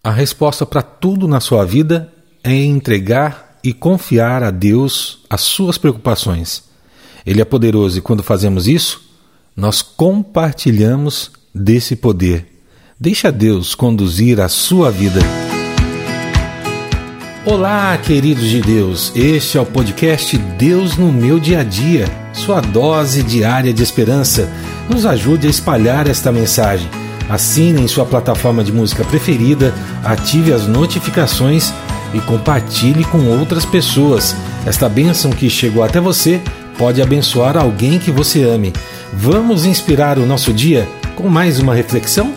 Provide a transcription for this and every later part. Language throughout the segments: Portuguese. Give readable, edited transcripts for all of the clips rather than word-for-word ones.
A resposta para tudo na sua vida é entregar e confiar a Deus as suas preocupações. Ele é poderoso e quando fazemos isso, nós compartilhamos desse poder. Deixa Deus conduzir a sua vida. Olá, queridos de Deus. Este é o podcast Deus no Meu Dia a Dia, sua dose diária de esperança. Nos ajude a espalhar esta mensagem. Assine em sua plataforma de música preferida, ative as notificações e compartilhe com outras pessoas. Esta bênção que chegou até você pode abençoar alguém que você ame. Vamos inspirar o nosso dia com mais uma reflexão?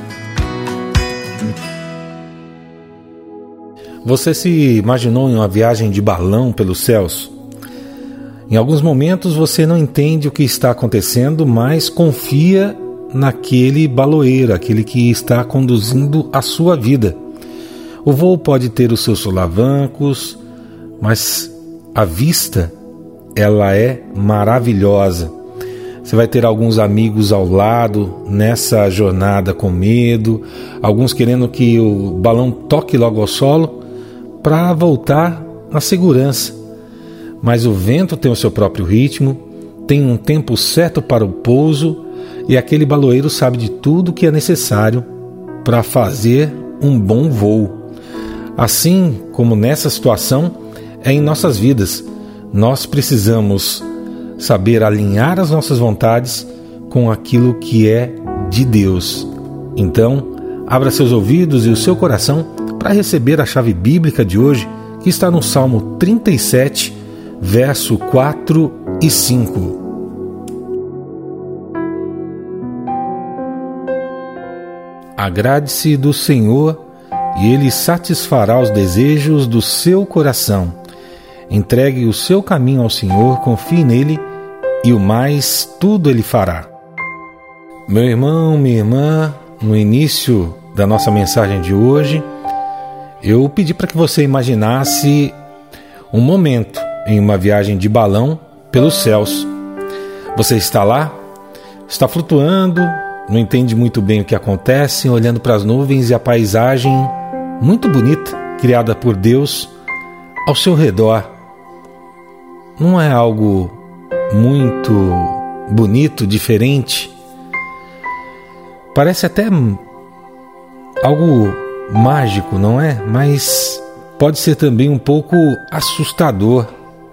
Você se imaginou em uma viagem de balão pelos céus? Em alguns momentos você não entende o que está acontecendo, mas confia naquele baloeiro, aquele que está conduzindo a sua vida. O voo pode ter os seus solavancos, mas a vista, ela é maravilhosa. Você vai ter alguns amigos ao lado nessa jornada com medo, alguns querendo que o balão toque logo ao solo para voltar na segurança. Mas o vento tem o seu próprio ritmo, tem um tempo certo para o pouso e aquele baloeiro sabe de tudo que é necessário para fazer um bom voo. Assim como nessa situação é em nossas vidas, nós precisamos saber alinhar as nossas vontades com aquilo que é de Deus. Então, abra seus ouvidos e o seu coração para receber a chave bíblica de hoje, que está no Salmo 37, verso 4 e 5. Agrade-se do Senhor e Ele satisfará os desejos do seu coração. Entregue o seu caminho ao Senhor, confie nele e o mais tudo Ele fará. Meu irmão, minha irmã, no início da nossa mensagem de hoje, eu pedi para que você imaginasse um momento em uma viagem de balão pelos céus. Você está lá, está flutuando, não entende muito bem o que acontece, olhando para as nuvens e a paisagem muito bonita, criada por Deus ao seu redor. Não é algo muito bonito, diferente? Parece até algo mágico, não é? Mas pode ser também um pouco assustador.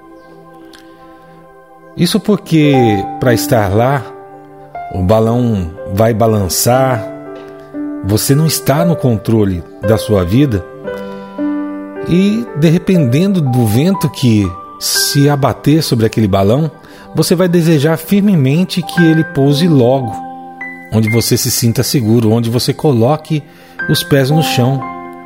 Isso porque, para estar lá, o balão vai balançar, você não está no controle da sua vida e, dependendo do vento que se abater sobre aquele balão, você vai desejar firmemente que ele pouse logo, onde você se sinta seguro, onde você coloque os pés no chão.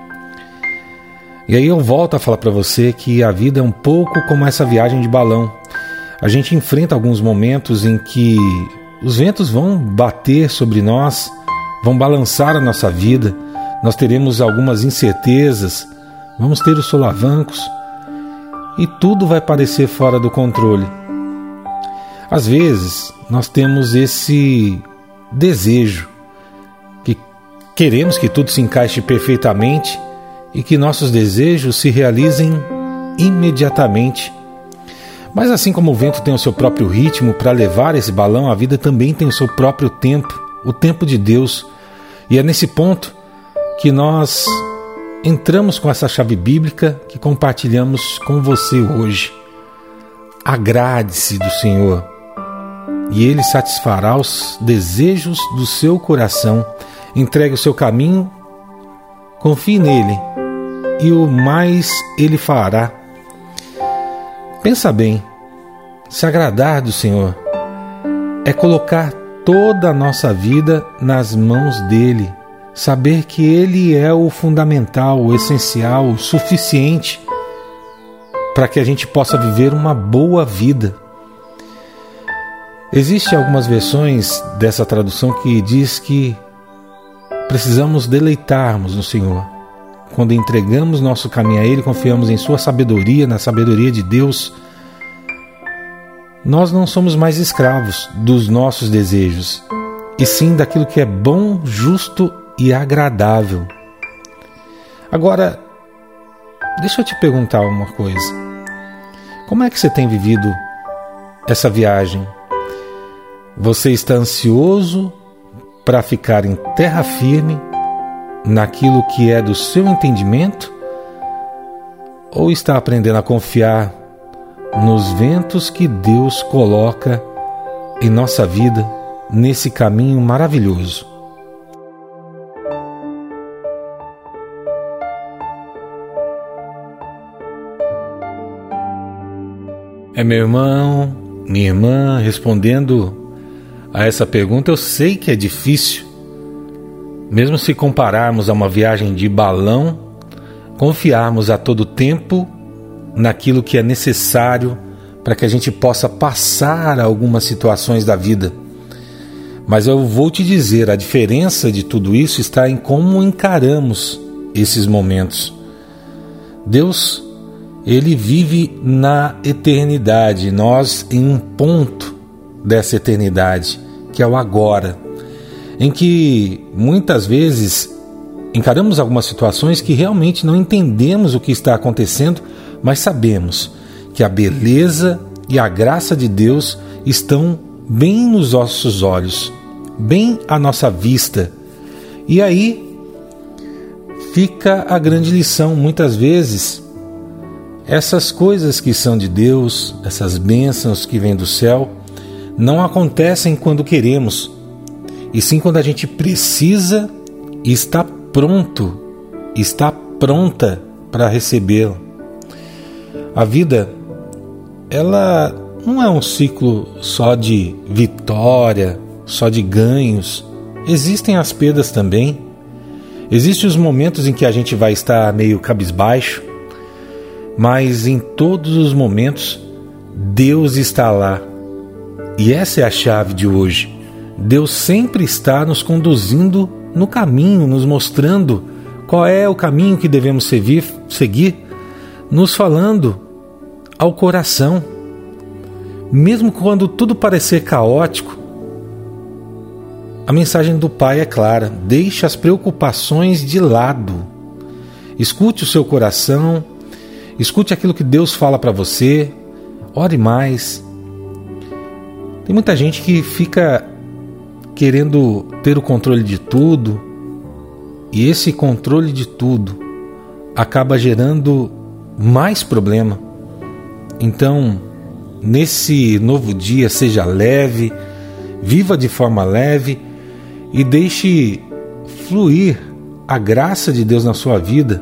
E aí eu volto a falar para você que a vida é um pouco como essa viagem de balão. A gente enfrenta alguns momentos em que os ventos vão bater sobre nós, vão balançar a nossa vida, nós teremos algumas incertezas, vamos ter os solavancos e tudo vai parecer fora do controle. Às vezes nós temos esse desejo, que queremos que tudo se encaixe perfeitamente e que nossos desejos se realizem imediatamente. Mas assim como o vento tem o seu próprio ritmo para levar esse balão, a vida também tem o seu próprio tempo, o tempo de Deus. E é nesse ponto que nós entramos com essa chave bíblica que compartilhamos com você hoje. Agrade-se do Senhor e Ele satisfará os desejos do seu coração. Entregue o seu caminho, confie nele e o mais Ele fará. Pensa bem, se agradar do Senhor é colocar toda a nossa vida nas mãos dEle, saber que Ele é o fundamental, o essencial, o suficiente para que a gente possa viver uma boa vida. Existem algumas versões dessa tradução que diz que precisamos deleitarmos no Senhor. Quando entregamos nosso caminho a Ele, confiamos em Sua sabedoria, na sabedoria de Deus, nós não somos mais escravos dos nossos desejos, e sim daquilo que é bom, justo e agradável. Agora, deixa eu te perguntar uma coisa. Como é que você tem vivido essa viagem? Você está ansioso para ficar em terra firme naquilo que é do seu entendimento? Ou está aprendendo a confiar nos ventos que Deus coloca em nossa vida nesse caminho maravilhoso? Meu irmão, minha irmã, respondendo a essa pergunta, eu sei que é difícil. Mesmo se compararmos a uma viagem de balão, confiarmos a todo tempo naquilo que é necessário para que a gente possa passar algumas situações da vida. Mas eu vou te dizer, a diferença de tudo isso está em como encaramos esses momentos. Deus, Ele vive na eternidade, nós em um ponto dessa eternidade, que é o agora, em que muitas vezes encaramos algumas situações que realmente não entendemos o que está acontecendo, mas sabemos que a beleza e a graça de Deus estão bem nos nossos olhos, bem à nossa vista. E aí fica a grande lição. Muitas vezes essas coisas que são de Deus, essas bênçãos que vêm do céu, não acontecem quando queremos, e sim quando a gente precisa e está pronto, está pronta para recebê-lo. A vida, ela não é um ciclo só de vitória, só de ganhos. Existem as perdas também. Existem os momentos em que a gente vai estar meio cabisbaixo, mas em todos os momentos Deus está lá. E essa é a chave de hoje. Deus sempre está nos conduzindo no caminho, nos mostrando qual é o caminho que devemos seguir, nos falando ao coração. Mesmo quando tudo parecer caótico, a mensagem do Pai é clara: deixe as preocupações de lado. Escute o seu coração, escute aquilo que Deus fala para você, ore mais. Tem muita gente que fica querendo ter o controle de tudo, e esse controle de tudo acaba gerando mais problema. Então, nesse novo dia, seja leve, viva de forma leve e deixe fluir a graça de Deus na sua vida.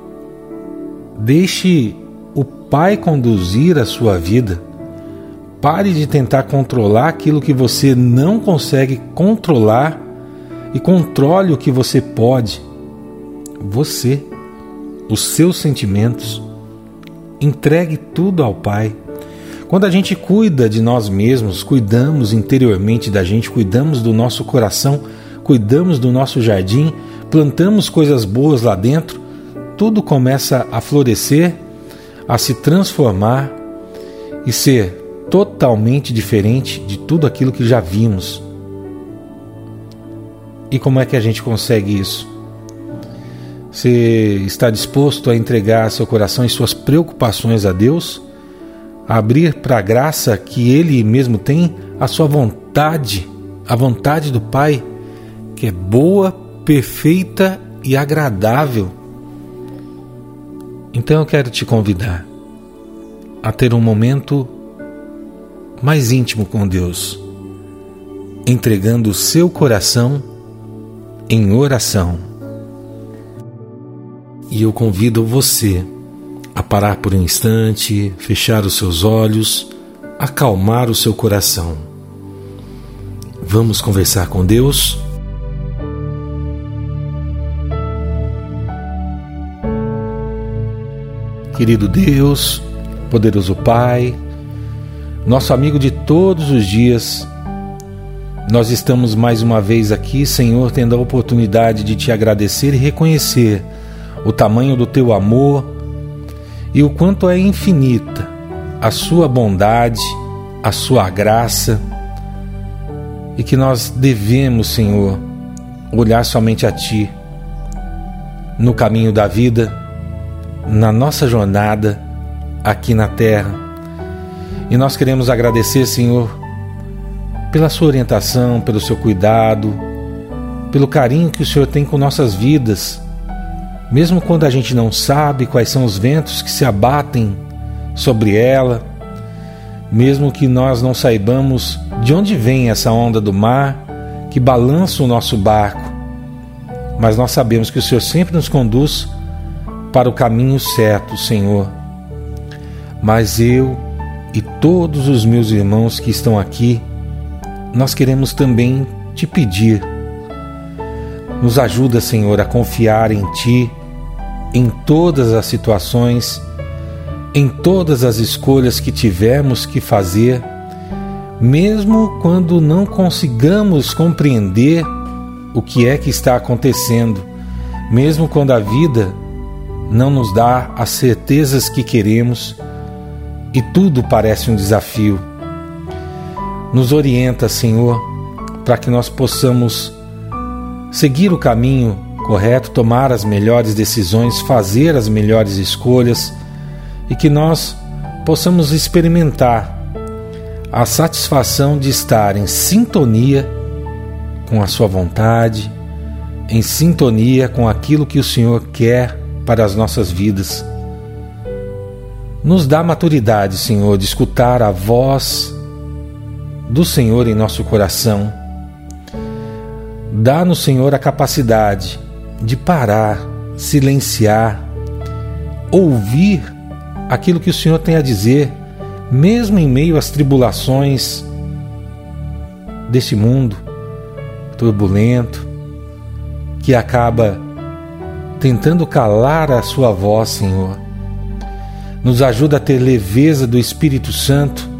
Deixe o Pai conduzir a sua vida. Pare de tentar controlar aquilo que você não consegue controlar e controle o que você pode. Você, os seus sentimentos. Entregue tudo ao Pai. Quando a gente cuida de nós mesmos, cuidamos interiormente da gente, cuidamos do nosso coração, cuidamos do nosso jardim, plantamos coisas boas lá dentro, tudo começa a florescer, a se transformar e ser totalmente diferente de tudo aquilo que já vimos. E como é que a gente consegue isso? Você está disposto a entregar seu coração e suas preocupações a Deus? A abrir para a graça que Ele mesmo tem, a sua vontade, a vontade do Pai, que é boa, perfeita e agradável? Então eu quero te convidar a ter um momento mais íntimo com Deus, entregando o seu coração em oração. E eu convido você a parar por um instante, fechar os seus olhos, acalmar o seu coração. Vamos conversar com Deus? Querido Deus, poderoso Pai, nosso amigo de todos os dias, nós estamos mais uma vez aqui, Senhor, tendo a oportunidade de Te agradecer e reconhecer o tamanho do Teu amor e o quanto é infinita a Sua bondade, a Sua graça, e que nós devemos, Senhor, olhar somente a Ti. no caminho da vida, na nossa jornada aqui na terra. E nós queremos agradecer, Senhor, pela sua orientação, pelo seu cuidado, pelo carinho que o Senhor tem com nossas vidas, mesmo quando a gente não sabe quais são os ventos que se abatem sobre ela, mesmo que nós não saibamos de onde vem essa onda do mar que balança o nosso barco, mas nós sabemos que o Senhor sempre nos conduz para o caminho certo, Senhor. Mas eu e todos os meus irmãos que estão aqui, nós queremos também te pedir, nos ajuda, Senhor, a confiar em Ti, em todas as situações, em todas as escolhas que tivermos que fazer, mesmo quando não consigamos compreender o que é que está acontecendo, mesmo quando a vida não nos dá as certezas que queremos e tudo parece um desafio. Nos orienta, Senhor, para que nós possamos seguir o caminho correto, tomar as melhores decisões, fazer as melhores escolhas e que nós possamos experimentar a satisfação de estar em sintonia com a sua vontade, em sintonia com aquilo que o Senhor quer para as nossas vidas. Nos dá maturidade, Senhor, de escutar a voz do Senhor em nosso coração. Dá-nos, Senhor, a capacidade de parar, silenciar, ouvir aquilo que o Senhor tem a dizer, mesmo em meio às tribulações deste mundo turbulento, que acaba tentando calar a sua voz, Senhor. Nos ajuda a ter leveza do Espírito Santo,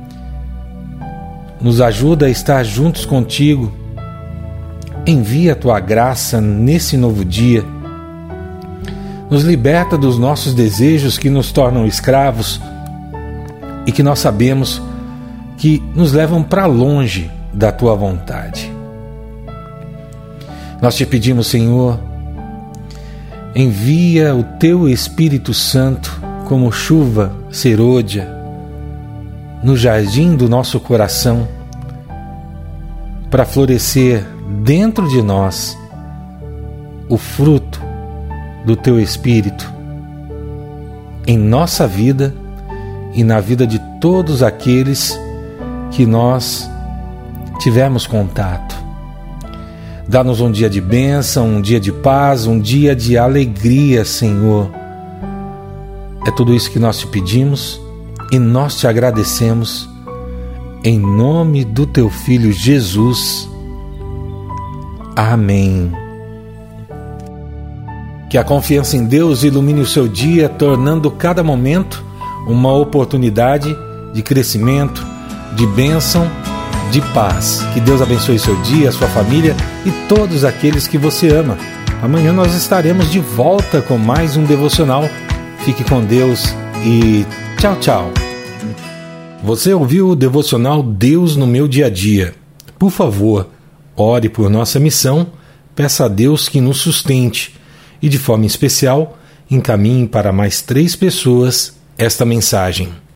nos ajuda a estar juntos contigo. Envia a tua graça nesse novo dia, nos liberta dos nossos desejos que nos tornam escravos e que nós sabemos que nos levam para longe da tua vontade. Nós te pedimos, Senhor, envia o teu Espírito Santo como chuva serôdia no jardim do nosso coração, para florescer dentro de nós o fruto do teu Espírito em nossa vida e na vida de todos aqueles que nós tivermos contato. Dá-nos um dia de bênção, um dia de paz, um dia de alegria, Senhor. É tudo isso que nós te pedimos e nós te agradecemos em nome do teu Filho Jesus. Amém. Que a confiança em Deus ilumine o seu dia, tornando cada momento uma oportunidade de crescimento, de bênção, de paz. Que Deus abençoe seu dia, sua família e todos aqueles que você ama. Amanhã nós estaremos de volta com mais um devocional. Fique com Deus e tchau, tchau. Você ouviu o devocional Deus no meu dia a dia. Por favor, ore por nossa missão, peça a Deus que nos sustente e, de forma especial, encaminhe para mais 3 pessoas esta mensagem.